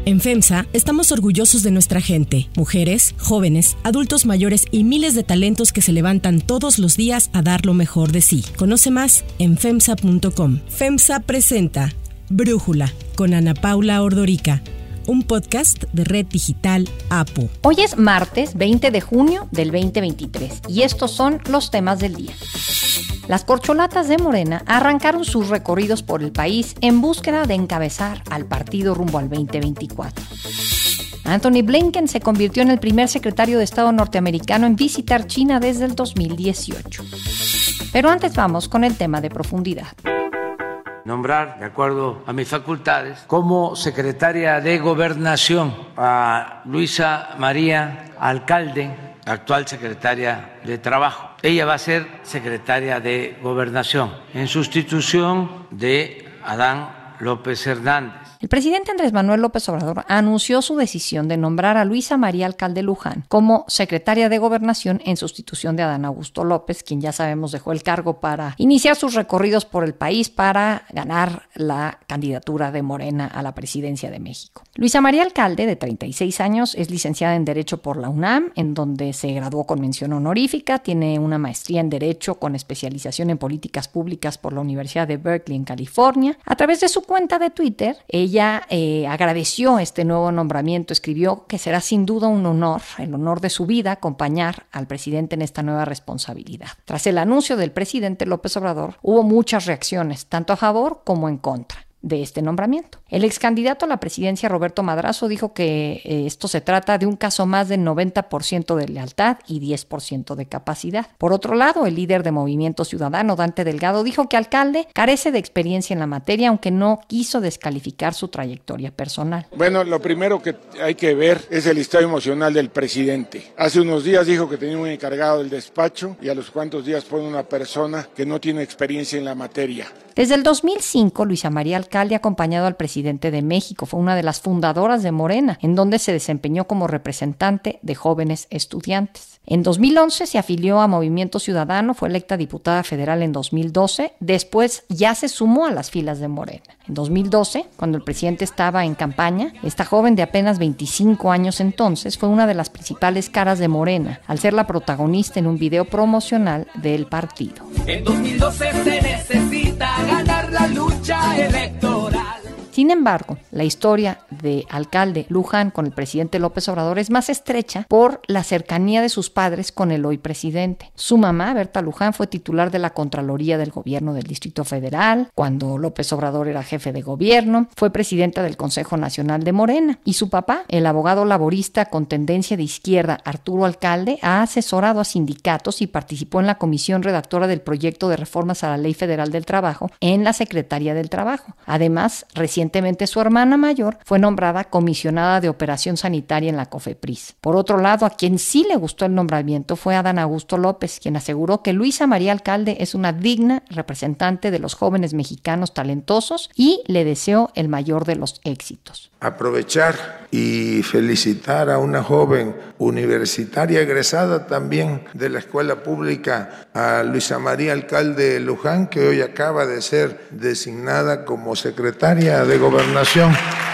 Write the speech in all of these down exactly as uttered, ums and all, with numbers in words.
En FEMSA estamos orgullosos de nuestra gente, mujeres, jóvenes, adultos mayores y miles de talentos que se levantan todos los días a dar lo mejor de sí. Conoce más en femsa punto com. FEMSA presenta Brújula con Ana Paula Ordorica, un podcast de Red Digital APO. Hoy es martes veinte de junio del veinte veintitrés y estos son los temas del día. Las corcholatas de Morena arrancaron sus recorridos por el país en búsqueda de encabezar al partido rumbo al veinte veinticuatro. Anthony Blinken se convirtió en el primer secretario de Estado norteamericano en visitar China desde el dos mil dieciocho. Pero antes vamos con el tema de profundidad. Nombrar, de acuerdo a mis facultades, como secretaria de Gobernación a Luisa María Alcalde, actual secretaria de Trabajo. Ella va a ser secretaria de Gobernación en sustitución de Adán López Hernández. El presidente Andrés Manuel López Obrador anunció su decisión de nombrar a Luisa María Alcalde Luján como secretaria de Gobernación en sustitución de Adán Augusto López, quien ya sabemos dejó el cargo para iniciar sus recorridos por el país para ganar la candidatura de Morena a la presidencia de México. Luisa María Alcalde, de treinta y seis años, es licenciada en Derecho por la UNAM, en donde se graduó con mención honorífica, tiene una maestría en Derecho con especialización en Políticas Públicas por la Universidad de Berkeley en California. A través de su cuenta de Twitter, ella Ella eh, agradeció este nuevo nombramiento, escribió que será sin duda un honor, el honor de su vida, acompañar al presidente en esta nueva responsabilidad. Tras el anuncio del presidente López Obrador, hubo muchas reacciones, tanto a favor como en contra de este nombramiento. El ex candidato a la presidencia, Roberto Madrazo, dijo que eh, esto se trata de un caso más del noventa por ciento de lealtad y diez por ciento de capacidad. Por otro lado, el líder de Movimiento Ciudadano, Dante Delgado, dijo que Alcalde carece de experiencia en la materia, aunque no quiso descalificar su trayectoria personal. Bueno, lo primero que hay que ver es el estado emocional del presidente. Hace unos días dijo que tenía un encargado del despacho y a los cuantos días pone una persona que no tiene experiencia en la materia. Desde el dos mil cinco, Luisa María Alcalde ha acompañado al presidente de México. Fue una de las fundadoras de Morena, en donde se desempeñó como representante de jóvenes estudiantes. En dos mil once se afilió a Movimiento Ciudadano, fue electa diputada federal en dos mil doce, después ya se sumó a las filas de Morena. En dos mil doce, cuando el presidente estaba en campaña, esta joven de apenas veinticinco años entonces fue una de las principales caras de Morena, al ser la protagonista en un video promocional del partido. En dos mil doce se necesita ganar la lucha electoral. Sin embargo, la historia de Alcalde Luján con el presidente López Obrador es más estrecha por la cercanía de sus padres con el hoy presidente. Su mamá, Berta Luján, fue titular de la Contraloría del Gobierno del Distrito Federal cuando López Obrador era jefe de gobierno, fue presidenta del Consejo Nacional de Morena, y su papá, el abogado laborista con tendencia de izquierda Arturo Alcalde, ha asesorado a sindicatos y participó en la comisión redactora del proyecto de reformas a la Ley Federal del Trabajo en la Secretaría del Trabajo. Además, recientemente Recientemente su hermana mayor fue nombrada comisionada de operación sanitaria en la COFEPRIS. Por otro lado, a quien sí le gustó el nombramiento fue Adán Augusto López, quien aseguró que Luisa María Alcalde es una digna representante de los jóvenes mexicanos talentosos y le deseó el mayor de los éxitos. Aprovechar y felicitar a una joven universitaria egresada también de la escuela pública, a Luisa María Alcalde Luján, que hoy acaba de ser designada como secretaria de Gobernación.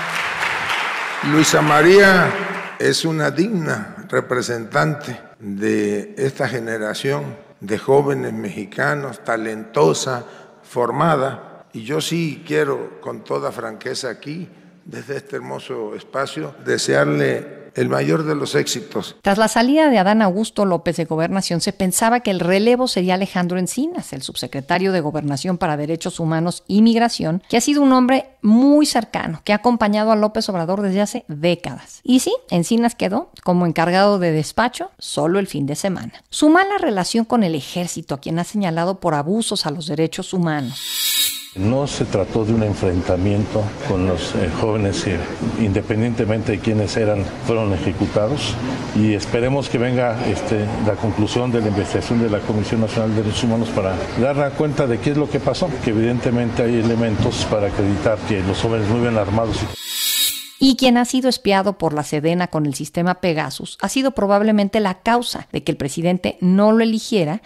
Luisa María es una digna representante de esta generación de jóvenes mexicanos, talentosa, formada, y yo sí quiero con toda franqueza aquí, desde este hermoso espacio, desearle el mayor de los éxitos. Tras la salida de Adán Augusto López de Gobernación, se pensaba que el relevo sería Alejandro Encinas, el subsecretario de Gobernación para Derechos Humanos y Migración, que ha sido un hombre muy cercano, que ha acompañado a López Obrador desde hace décadas. Y sí, Encinas quedó como encargado de despacho solo el fin de semana. Su mala relación con el ejército, a quien ha señalado por abusos a los derechos humanos. No se trató de un enfrentamiento con los eh, jóvenes, eh, independientemente de quiénes eran, fueron ejecutados, y esperemos que venga este, la conclusión de la investigación de la Comisión Nacional de Derechos Humanos para dar cuenta de qué es lo que pasó, que evidentemente hay elementos para acreditar que los jóvenes muy bien armados y quien ha sido espiado por la Sedena con el sistema Pegasus ha sido probablemente la causa de que el presidente no lo eligiera y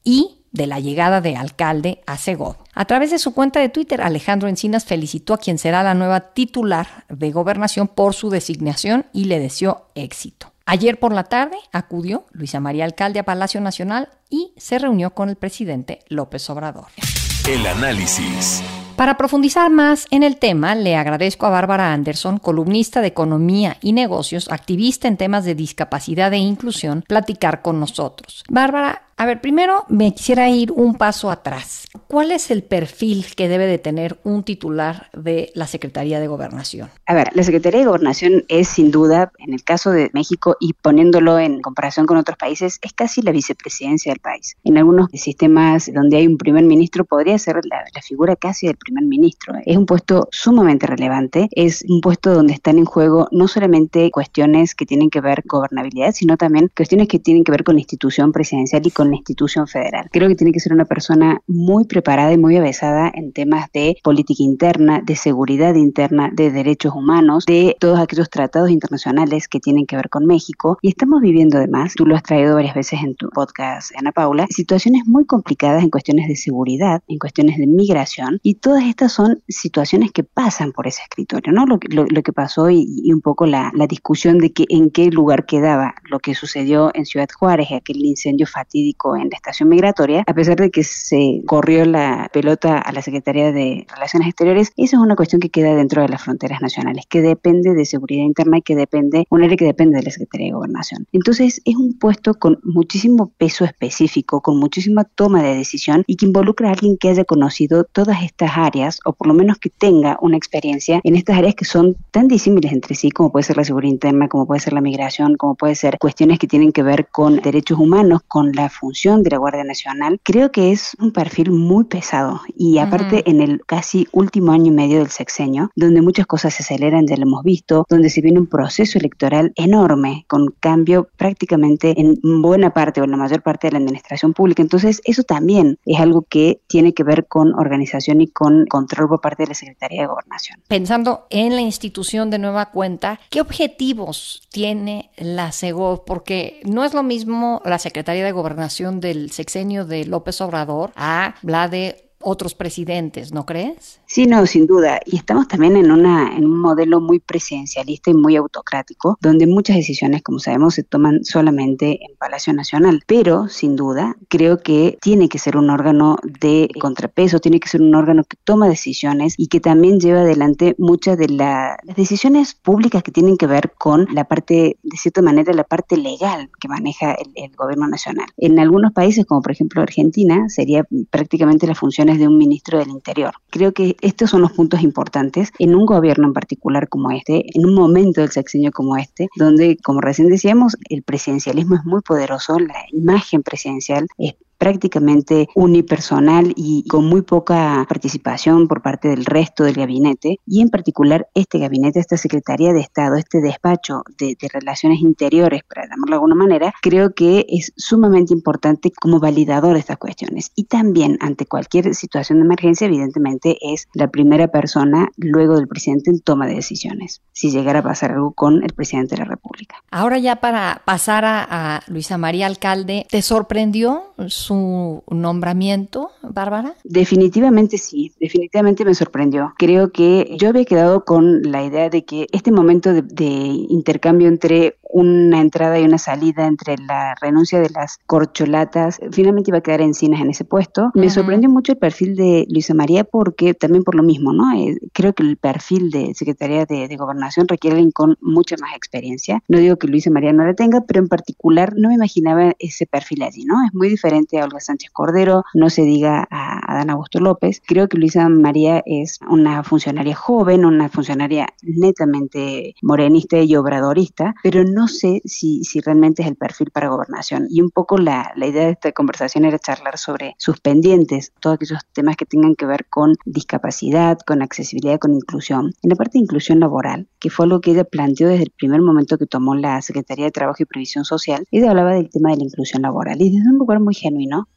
de la llegada de alcalde a Segov. A través de su cuenta de Twitter, Alejandro Encinas felicitó a quien será la nueva titular de Gobernación por su designación y le deseó éxito. Ayer por la tarde acudió Luisa María Alcalde a Palacio Nacional y se reunió con el presidente López Obrador. El análisis. Para profundizar más en el tema, le agradezco a Bárbara Anderson, columnista de Economía y Negocios, activista en temas de discapacidad e inclusión, platicar con nosotros. Bárbara, a ver, primero me quisiera ir un paso atrás. ¿Cuál es el perfil que debe de tener un titular de la Secretaría de Gobernación? A ver, la Secretaría de Gobernación es sin duda, en el caso de México y poniéndolo en comparación con otros países, es casi la vicepresidencia del país. En algunos sistemas donde hay un primer ministro podría ser la, la figura casi del primer ministro. Es un puesto sumamente relevante, es un puesto donde están en juego no solamente cuestiones que tienen que ver con gobernabilidad, sino también cuestiones que tienen que ver con la institución presidencial y con la institución federal. Creo que tiene que ser una persona muy preparada y muy avesada en temas de política interna, de seguridad interna, de derechos humanos, de todos aquellos tratados internacionales que tienen que ver con México. Y estamos viviendo además, tú lo has traído varias veces en tu podcast, Ana Paula, situaciones muy complicadas en cuestiones de seguridad, en cuestiones de migración, y todas estas son situaciones que pasan por ese escritorio, ¿no? Lo, lo, lo que pasó y, y un poco la, la discusión de que en qué lugar quedaba lo que sucedió en Ciudad Juárez, aquel incendio fatídico en la estación migratoria, a pesar de que se corrió la pelota a la Secretaría de Relaciones Exteriores, esa es una cuestión que queda dentro de las fronteras nacionales, que depende de seguridad interna y que depende, un área que depende de la Secretaría de Gobernación. Entonces, es un puesto con muchísimo peso específico, con muchísima toma de decisión y que involucra a alguien que haya conocido todas estas áreas, o por lo menos que tenga una experiencia en estas áreas que son tan disímiles entre sí, como puede ser la seguridad interna, como puede ser la migración, como puede ser cuestiones que tienen que ver con derechos humanos, con la función de la Guardia Nacional. Creo que es un perfil muy pesado y aparte uh-huh. en el casi último año y medio del sexenio, donde muchas cosas se aceleran, ya lo hemos visto, donde se viene un proceso electoral enorme, con cambio prácticamente en buena parte o en la mayor parte de la administración pública. Entonces, eso también es algo que tiene que ver con organización y con control por parte de la Secretaría de Gobernación. Pensando en la institución de nueva cuenta, ¿qué objetivos tiene la Segov? Porque no es lo mismo la Secretaría de Gobernación del sexenio de López Obrador a la de otros presidentes, ¿no crees? Sí, no, sin duda. Y estamos también en una en un modelo muy presidencialista y muy autocrático, donde muchas decisiones, como sabemos, se toman solamente en Palacio Nacional. Pero, sin duda, creo que tiene que ser un órgano de contrapeso, tiene que ser un órgano que toma decisiones y que también lleva adelante muchas de la, las decisiones públicas que tienen que ver con la parte, de cierta manera, la parte legal que maneja el, el gobierno nacional. En algunos países, como por ejemplo Argentina, sería prácticamente las funciones de un ministro del Interior. Creo que estos son los puntos importantes en un gobierno en particular como este, en un momento del sexenio como este, donde, como recién decíamos, el presidencialismo es muy poderoso, la imagen presidencial es prácticamente unipersonal y con muy poca participación por parte del resto del gabinete, y en particular este gabinete, esta Secretaría de Estado, este despacho de, de Relaciones Interiores, para llamarlo de alguna manera, creo que es sumamente importante como validador de estas cuestiones. Y también, ante cualquier situación de emergencia, evidentemente es la primera persona, luego del presidente, en toma de decisiones, si llegara a pasar algo con el presidente de la República. Ahora ya para pasar a, a Luisa María Alcalde, ¿te sorprendió su nombramiento, Bárbara? Definitivamente sí, definitivamente me sorprendió. Creo que yo había quedado con la idea de que este momento de, de intercambio entre una entrada y una salida, entre la renuncia de las corcholatas, finalmente iba a quedar Encinas en ese puesto. Uh-huh. Me sorprendió mucho el perfil de Luisa María porque también por lo mismo, ¿no? Eh, creo que el perfil de Secretaría de, de Gobernación requiere alguien con mucha más experiencia. No digo que Luisa María no la tenga, pero en particular no me imaginaba ese perfil allí, ¿no? Es muy diferente a Olga Sánchez Cordero, no se diga a Adán Augusto López. Creo que Luisa María es una funcionaria joven, una funcionaria netamente morenista y obradorista, pero no sé si, si realmente es el perfil para gobernación. Y un poco la, la idea de esta conversación era charlar sobre sus pendientes, todos aquellos temas que tengan que ver con discapacidad, con accesibilidad, con inclusión. En la parte de inclusión laboral, que fue algo que ella planteó desde el primer momento que tomó la Secretaría de Trabajo y Previsión Social, ella hablaba del tema de la inclusión laboral y desde un lugar muy genuino,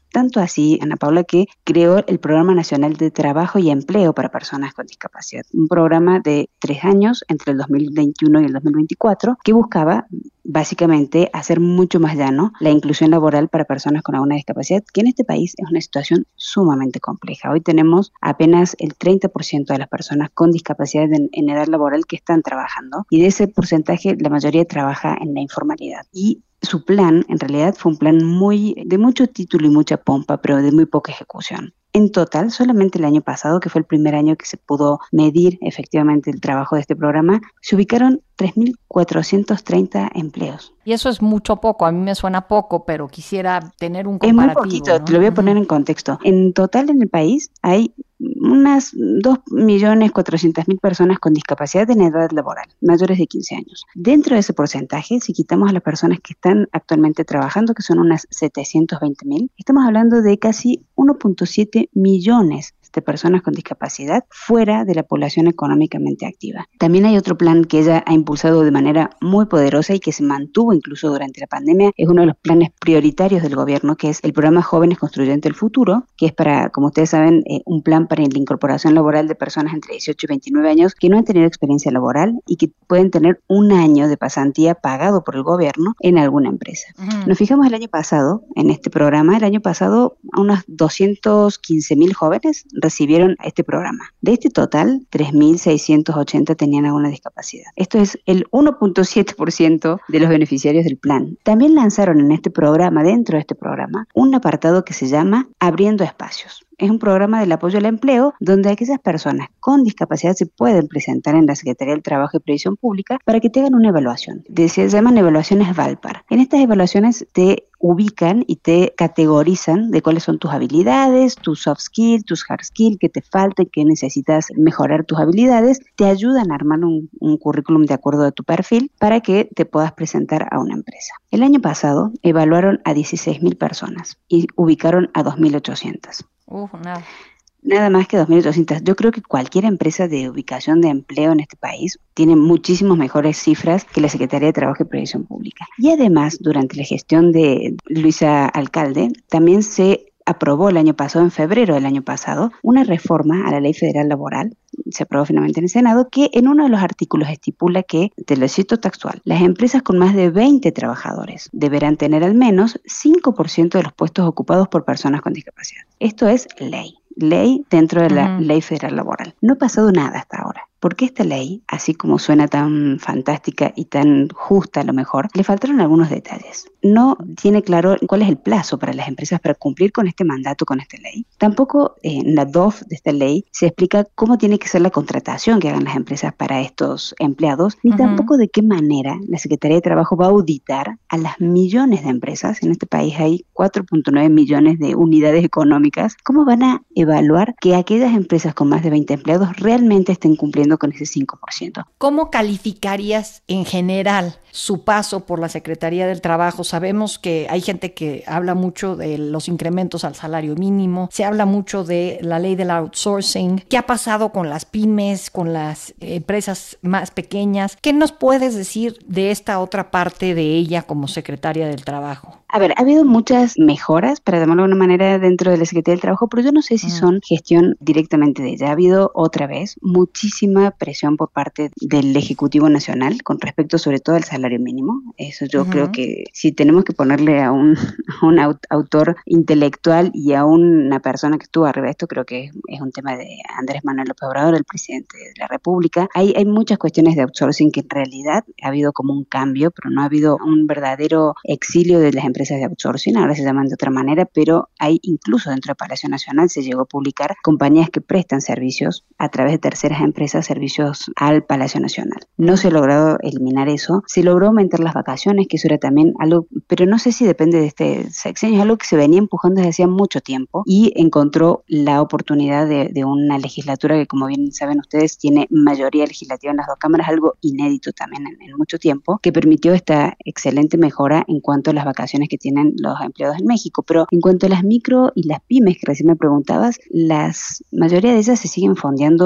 Tanto así, Ana Paula, que creó el Programa Nacional de Trabajo y Empleo para Personas con Discapacidad, un programa de tres años entre el dos mil veintiuno y el dos mil veinticuatro que buscaba básicamente hacer mucho más llano la inclusión laboral para personas con alguna discapacidad, que en este país es una situación sumamente compleja. Hoy tenemos apenas el treinta por ciento de las personas con discapacidad en, en edad laboral que están trabajando, y de ese porcentaje la mayoría trabaja en la informalidad. Y su plan, en realidad, fue un plan muy de mucho título y mucha pompa, pero de muy poca ejecución. En total, solamente el año pasado, que fue el primer año que se pudo medir efectivamente el trabajo de este programa, se ubicaron tres mil cuatrocientos treinta empleos. Y eso es mucho poco, a mí me suena poco, pero quisiera tener un comparativo. Es muy poquito, ¿no? Te lo voy a poner en contexto. En total en el país hay unas dos millones cuatrocientas mil personas con discapacidad en edad laboral, mayores de quince años. Dentro de ese porcentaje, si quitamos a las personas que están actualmente trabajando, que son unas setecientos veinte mil, estamos hablando de casi uno punto siete millones de personas con discapacidad fuera de la población económicamente activa. También hay otro plan que ella ha impulsado de manera muy poderosa y que se mantuvo incluso durante la pandemia. Es uno de los planes prioritarios del gobierno, que es el programa Jóvenes Construyendo el Futuro, que es para, como ustedes saben, eh, un plan para la incorporación laboral de personas entre dieciocho y veintinueve años que no han tenido experiencia laboral y que pueden tener un año de pasantía pagado por el gobierno en alguna empresa. Uh-huh. Nos fijamos el año pasado en este programa. El año pasado a unos doscientos quince mil jóvenes recibieron este programa. De este total, tres mil seiscientos ochenta tenían alguna discapacidad. Esto es el uno punto siete por ciento de los beneficiarios del plan. También lanzaron en este programa, dentro de este programa, un apartado que se llama Abriendo Espacios. Es un programa del apoyo al empleo donde aquellas personas con discapacidad se pueden presentar en la Secretaría del Trabajo y Previsión Pública para que te hagan una evaluación. Se llaman evaluaciones Valpar. En estas evaluaciones te ubican y te categorizan de cuáles son tus habilidades, tus soft skills, tus hard skills, qué te falta y qué necesitas mejorar tus habilidades. Te ayudan a armar un, un currículum de acuerdo a tu perfil para que te puedas presentar a una empresa. El año pasado evaluaron a dieciséis mil personas y ubicaron a dos mil ochocientas. Uf, nada. Nada más que dos mil ochocientas. Yo creo que cualquier empresa de ubicación de empleo en este país tiene muchísimas mejores cifras que la Secretaría de Trabajo y Previsión Pública. Y además, durante la gestión de Luisa Alcalde, también se aprobó el año pasado, en febrero del año pasado, una reforma a la Ley Federal Laboral, se aprobó finalmente en el Senado, que en uno de los artículos estipula que, te lo cito textual, las empresas con más de veinte trabajadores deberán tener al menos cinco por ciento de los puestos ocupados por personas con discapacidad. Esto es ley. Ley dentro de la uh-huh. Ley Federal Laboral. No ha pasado nada hasta ahora. Porque esta ley, así como suena tan fantástica y tan justa a lo mejor, le faltaron algunos detalles. No tiene claro cuál es el plazo para las empresas para cumplir con este mandato, con esta ley. Tampoco eh, en la D O F de esta ley se explica cómo tiene que ser la contratación que hagan las empresas para estos empleados, ni uh-huh. tampoco de qué manera la Secretaría de Trabajo va a auditar a las millones de empresas. En este país hay cuatro punto nueve millones de unidades económicas. ¿Cómo van a evaluar que aquellas empresas con más de veinte empleados realmente estén cumpliendo con ese cinco por ciento? ¿Cómo calificarías en general su paso por la Secretaría del Trabajo? Sabemos que hay gente que habla mucho de los incrementos al salario mínimo, se habla mucho de la ley del outsourcing. ¿Qué ha pasado con las pymes, con las empresas más pequeñas? ¿Qué nos puedes decir de esta otra parte de ella como Secretaria del Trabajo? A ver, ha habido muchas mejoras, para llamarlo de alguna manera, dentro de la Secretaría del Trabajo, pero yo no sé si son gestión directamente de ella. Ha habido otra vez muchísima presión por parte del Ejecutivo Nacional con respecto sobre todo al salario mínimo. Eso yo uh-huh. creo que si tenemos que ponerle a un, a un autor intelectual y a una persona que estuvo arriba de esto, creo que es, es un tema de Andrés Manuel López Obrador, el presidente de la República. Hay, hay muchas cuestiones de outsourcing que en realidad ha habido como un cambio, pero no ha habido un verdadero exilio de las empresas de outsourcing, ahora se llaman de otra manera, pero hay incluso dentro del Palacio Nacional se llegó a publicar compañías que prestan servicios a través de terceras empresas, servicios al Palacio Nacional. No se ha logrado eliminar eso, se logró aumentar las vacaciones, que eso era también algo, pero no sé si depende de este sexenio, es algo que se venía empujando desde hacía mucho tiempo y encontró la oportunidad de, de una legislatura que, como bien saben ustedes, tiene mayoría legislativa en las dos cámaras, algo inédito también en, en mucho tiempo, que permitió esta excelente mejora en cuanto a las vacaciones que tienen los empleados en México. Pero en cuanto a las micro y las pymes que recién me preguntabas, la mayoría de ellas se siguen fondeando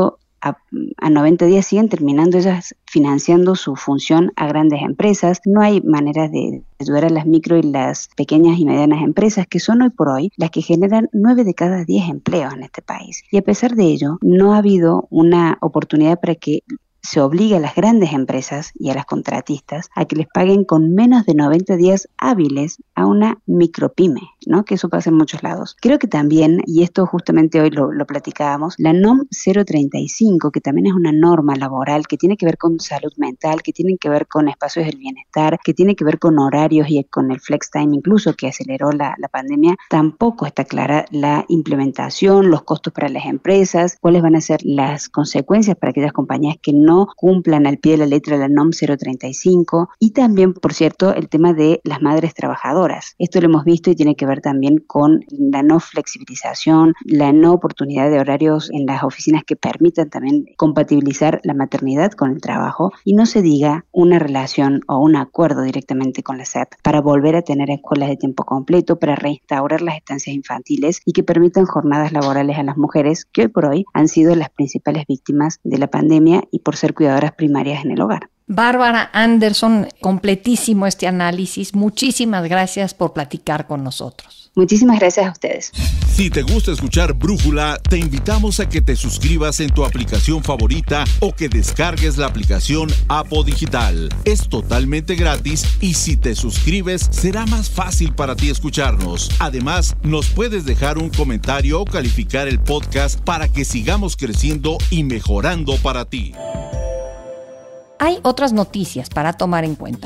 a, a noventa días siguen terminando ellas financiando su función a grandes empresas. No hay manera de ayudar a las micro y las pequeñas y medianas empresas, que son hoy por hoy las que generan nueve de cada diez empleos en este país. Y a pesar de ello, no ha habido una oportunidad para que se obligue a las grandes empresas y a las contratistas a que les paguen con menos de noventa días hábiles a una micropyme, ¿no? Que eso pasa en muchos lados. Creo que también, y esto justamente hoy lo, lo platicábamos, la N O M cero treinta y cinco, que también es una norma laboral que tiene que ver con salud mental, que tiene que ver con espacios del bienestar, que tiene que ver con horarios y con el flex time incluso, que aceleró la, la pandemia, tampoco está clara la implementación, los costos para las empresas, cuáles van a ser las consecuencias para aquellas compañías que no no cumplan al pie de la letra la N O M cero treinta y cinco, y también, por cierto, el tema de las madres trabajadoras. Esto lo hemos visto y tiene que ver también con la no flexibilización, la no oportunidad de horarios en las oficinas que permitan también compatibilizar la maternidad con el trabajo, y no se diga una relación o un acuerdo directamente con la S E P para volver a tener escuelas de tiempo completo, para reinstaurar las estancias infantiles y que permitan jornadas laborales a las mujeres que hoy por hoy han sido las principales víctimas de la pandemia y por ser cuidadoras primarias en el hogar. Bárbara Anderson, completísimo este análisis. Muchísimas gracias por platicar con nosotros. Muchísimas gracias a ustedes. Si te gusta escuchar Brújula, te invitamos a que te suscribas en tu aplicación favorita o que descargues la aplicación Apo Digital. Es totalmente gratis y si te suscribes será más fácil para ti escucharnos. Además, nos puedes dejar un comentario o calificar el podcast para que sigamos creciendo y mejorando para ti. Hay otras noticias para tomar en cuenta.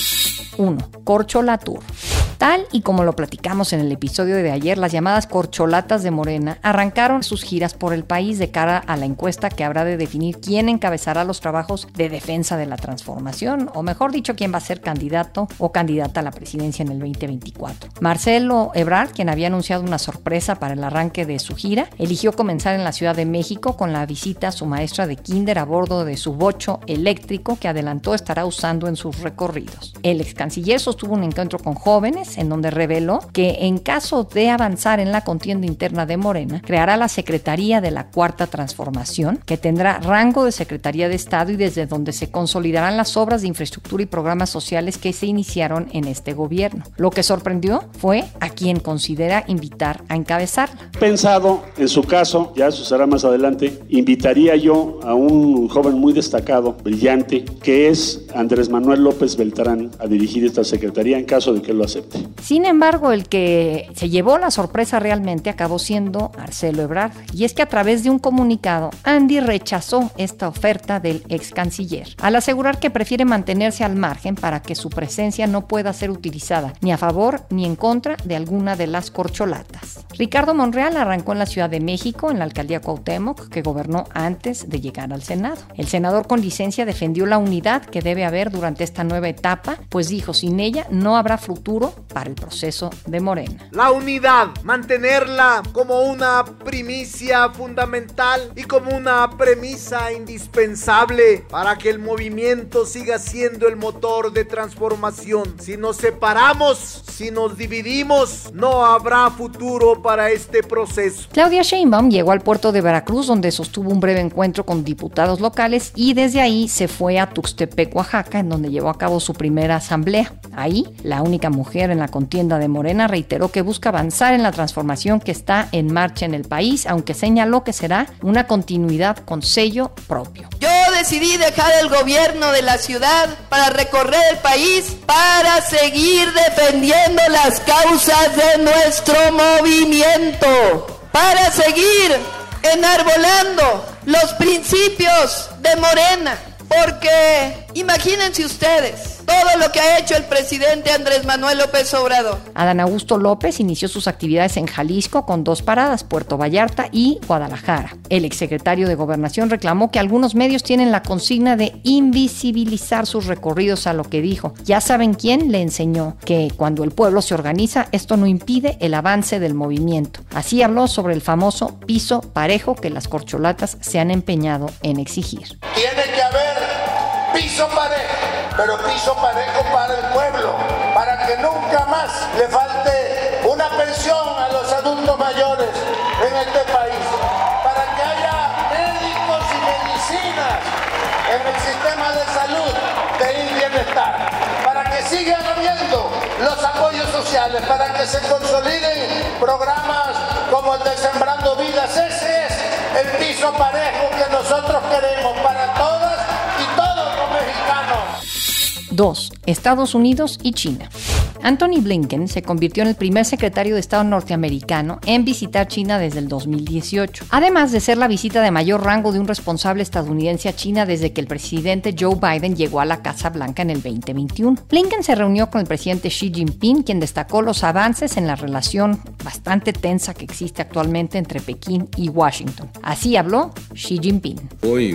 uno. Corcholatur. Tal y como lo platicamos en el episodio de ayer, las llamadas corcholatas de Morena arrancaron sus giras por el país de cara a la encuesta que habrá de definir quién encabezará los trabajos de defensa de la transformación, o mejor dicho, quién va a ser candidato o candidata a la presidencia en el veinte veinticuatro. Marcelo Ebrard, quien había anunciado una sorpresa para el arranque de su gira, eligió comenzar en la Ciudad de México con la visita a su maestra de kinder a bordo de su bocho eléctrico que adelantó estará usando en sus recorridos. El ex canciller sostuvo un encuentro con jóvenes en donde reveló que en caso de avanzar en la contienda interna de Morena, creará la Secretaría de la Cuarta Transformación, que tendrá rango de Secretaría de Estado y desde donde se consolidarán las obras de infraestructura y programas sociales que se iniciaron en este gobierno. Lo que sorprendió fue a quien considera invitar a encabezarla. Pensado, en su caso, ya eso será más adelante, invitaría yo a un joven muy destacado, brillante, que es Andrés Manuel López Beltrán, a dirigir esta secretaría en caso de que lo acepte. Sin embargo, el que se llevó la sorpresa realmente acabó siendo Marcelo Ebrard, y es que a través de un comunicado, Andy rechazó esta oferta del ex canciller, al asegurar que prefiere mantenerse al margen para que su presencia no pueda ser utilizada ni a favor ni en contra de alguna de las corcholatas. Ricardo Monreal arrancó en la Ciudad de México, en la alcaldía Cuauhtémoc, que gobernó antes de llegar al Senado. El senador con licencia defendió la unidad que debe haber durante esta nueva etapa, pues dijo, sin ella no habrá futuro para el proceso de Morena. La unidad, mantenerla como una primicia fundamental y como una premisa indispensable para que el movimiento siga siendo el motor de transformación. Si nos separamos, si nos dividimos, no habrá futuro para este proceso. Claudia Sheinbaum llegó al puerto de Veracruz, donde sostuvo un breve encuentro con diputados locales, y desde ahí se fue a Tuxtepec, Oaxaca, en donde llevó a cabo su primera asamblea. Ahí, la única mujer en la contienda de Morena reiteró que busca avanzar en la transformación que está en marcha en el país, aunque señaló que será una continuidad con sello propio. Yo decidí dejar el gobierno de la ciudad para recorrer el país, para seguir defendiendo las causas de nuestro movimiento, para seguir enarbolando los principios de Morena, porque imagínense ustedes todo lo que ha hecho el presidente Andrés Manuel López Obrador. Adán Augusto López inició sus actividades en Jalisco con dos paradas, Puerto Vallarta y Guadalajara. El exsecretario de Gobernación reclamó que algunos medios tienen la consigna de invisibilizar sus recorridos, a lo que dijo, ya saben quién le enseñó que cuando el pueblo se organiza, esto no impide el avance del movimiento. Así habló sobre el famoso piso parejo que las corcholatas se han empeñado en exigir. Tiene que haber piso parejo, pero piso parejo para el pueblo, para que nunca más le falte una pensión a los adultos mayores en este país, para que haya médicos y médicos en el sistema de salud de bienestar, para que sigan habiendo los apoyos sociales, para que se consoliden programas como el de Sembrando Vidas. Ese es el piso parejo que nosotros queremos para todas y todos los mexicanos. dos. Estados Unidos y China. Anthony Blinken se convirtió en el primer secretario de Estado norteamericano en visitar China desde el dos mil dieciocho, además de ser la visita de mayor rango de un responsable estadounidense a China desde que el presidente Joe Biden llegó a la Casa Blanca en el veinte veintiuno. Blinken se reunió con el presidente Xi Jinping, quien destacó los avances en la relación bastante tensa que existe actualmente entre Pekín y Washington. Así habló Xi Jinping.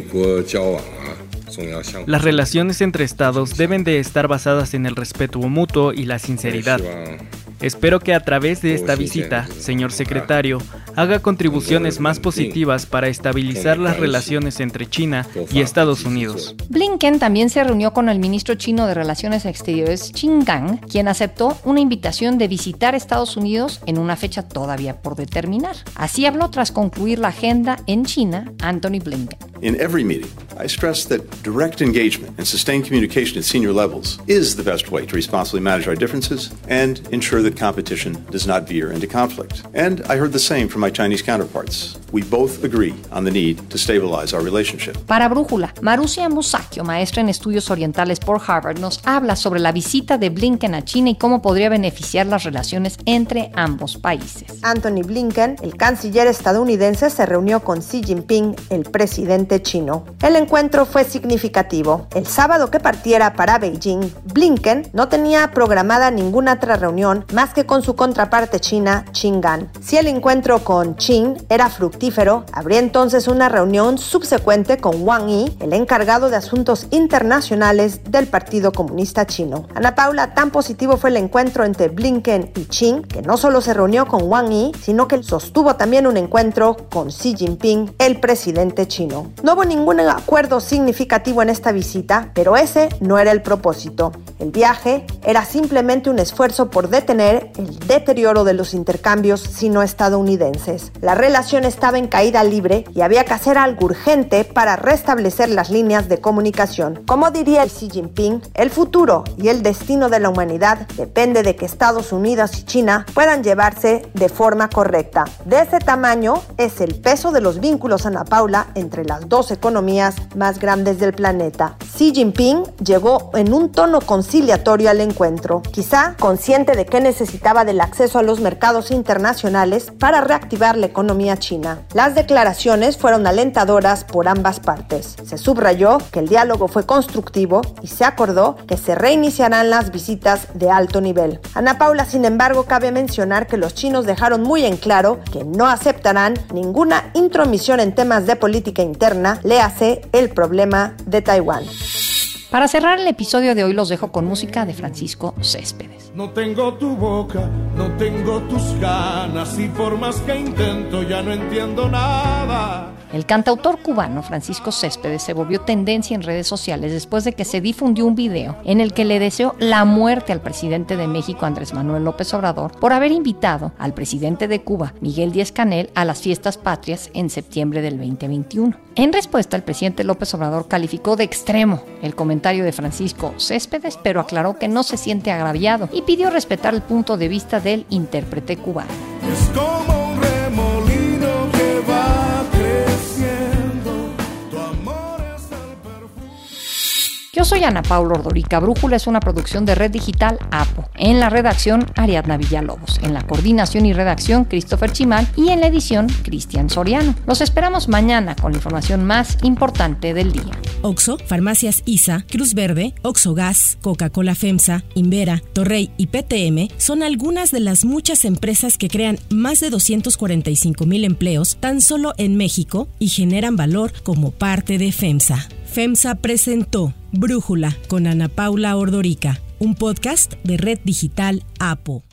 Las relaciones entre estados deben de estar basadas en el respeto mutuo y la sinceridad. Espero que a través de esta visita, señor secretario, haga contribuciones más positivas para estabilizar las relaciones entre China y Estados Unidos. Blinken también se reunió con el ministro chino de Relaciones Exteriores, Qin Gang, quien aceptó una invitación de visitar Estados Unidos en una fecha todavía por determinar. Así habló tras concluir la agenda en China, Anthony Blinken. In every meeting, I stress that direct engagement and sustained communication at senior levels is the best way to responsibly manage our differences and ensure that competition does not veer into conflict. And I heard the same from my Chinese counterparts. We both agree on the need to stabilize our relationship. Para Brújula, Marussia Musacchio, maestra en estudios orientales por Harvard, nos habla sobre la visita de Blinken a China y cómo podría beneficiar las relaciones entre ambos países. Anthony Blinken, el canciller estadounidense, se reunió con Xi Jinping, el presidente chino. El encuentro fue significativo. El sábado que partiera para Beijing, Blinken no tenía programada ninguna otra reunión más que con su contraparte china, Qin Gang. Si el encuentro con Qin era fructífero, habría entonces una reunión subsecuente con Wang Yi, el encargado de asuntos internacionales del Partido Comunista Chino. Ana Paula, tan positivo fue el encuentro entre Blinken y Qin, que no solo se reunió con Wang Yi, sino que sostuvo también un encuentro con Xi Jinping, el presidente chino. No hubo ningún acuerdo significativo en esta visita, pero ese no era el propósito. El viaje era simplemente un esfuerzo por detener el deterioro de los intercambios sino-estadounidenses. La relación estaba en caída libre y había que hacer algo urgente para restablecer las líneas de comunicación. Como diría Xi Jinping, el futuro y el destino de la humanidad depende de que Estados Unidos y China puedan llevarse de forma correcta. De ese tamaño es el peso de los vínculos, Ana Paula, entre las dos economías más grandes del planeta. Xi Jinping llegó en un tono conciliatorio al encuentro, quizá consciente de que necesitaba del acceso a los mercados internacionales para reactivar la economía china. Las declaraciones fueron alentadoras por ambas partes. Se subrayó que el diálogo fue constructivo y se acordó que se reiniciarán las visitas de alto nivel. Ana Paula, sin embargo, cabe mencionar que los chinos dejaron muy en claro que no aceptarán ninguna intromisión en temas de política interna, léase el problema de Taiwán. Para cerrar el episodio de hoy los dejo con música de Francisco Céspedes. No tengo tu boca, no tengo tus ganas y por más que intento ya no entiendo nada. El cantautor cubano Francisco Céspedes se volvió tendencia en redes sociales después de que se difundió un video en el que le deseó la muerte al presidente de México, Andrés Manuel López Obrador, por haber invitado al presidente de Cuba, Miguel Díaz-Canel, a las fiestas patrias en septiembre del veinte veintiuno. En respuesta, el presidente López Obrador calificó de extremo el comentario de Francisco Céspedes, pero aclaró que no se siente agraviado y pidió respetar el punto de vista del intérprete cubano. Es como un remolino que va creciendo, tu amor es el perfume. Yo soy Ana Paula Ordorica. Brújula es una producción de Red Digital APO. En la redacción, Ariadna Villalobos. En la coordinación y redacción, Christopher Chimal. Y en la edición, Cristian Soriano. Los esperamos mañana con la información más importante del día. Oxxo, Farmacias I S A, Cruz Verde, Oxxo Gas, Coca-Cola FEMSA, Invera, Torrey y P T M son algunas de las muchas empresas que crean más de doscientos cuarenta y cinco mil empleos tan solo en México y generan valor como parte de FEMSA. FEMSA presentó Brújula con Ana Paula Ordorica, un podcast de Red Digital APO.